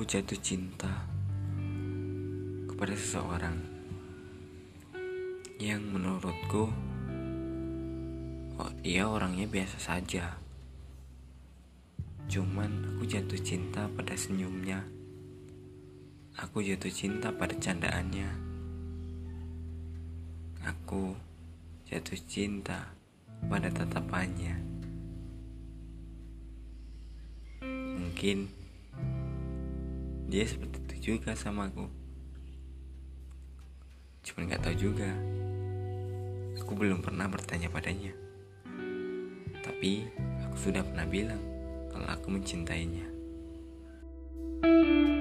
jatuh cinta kepada seseorang yang menurutku dia orangnya biasa saja. Cuman aku jatuh cinta pada senyumnya. Aku jatuh cinta pada candaannya. Aku jatuh cinta pada tatapannya. Mungkin dia seperti itu juga sama aku. Cuman gak tahu juga. Aku belum pernah bertanya padanya. Tapi aku sudah pernah bilang kalau aku mencintainya.